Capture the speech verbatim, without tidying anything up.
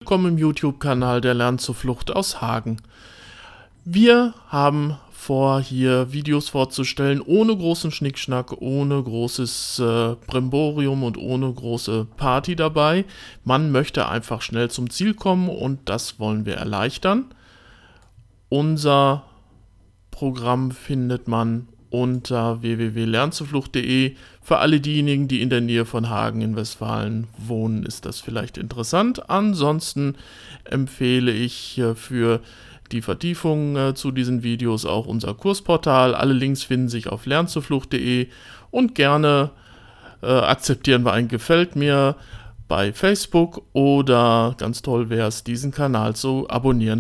willkommen im YouTube-Kanal der Lernzuflucht aus Hagen. Wir haben vor, hier Videos vorzustellen, ohne großen Schnickschnack, ohne großes äh, Brimborium und ohne große Party dabei. Man möchte einfach schnell zum Ziel kommen und das wollen wir erleichtern. Unser Programm findet man unter w w w punkt lernzuflucht punkt de. Für alle diejenigen, die in der Nähe von Hagen in Westfalen wohnen, ist das vielleicht interessant. Ansonsten empfehle ich für die Vertiefung äh, zu diesen Videos auch unser Kursportal. Alle Links finden sich auf lernzuflucht punkt de und gerne äh, akzeptieren wir ein Gefällt mir bei Facebook oder ganz toll wäre es, diesen Kanal zu abonnieren.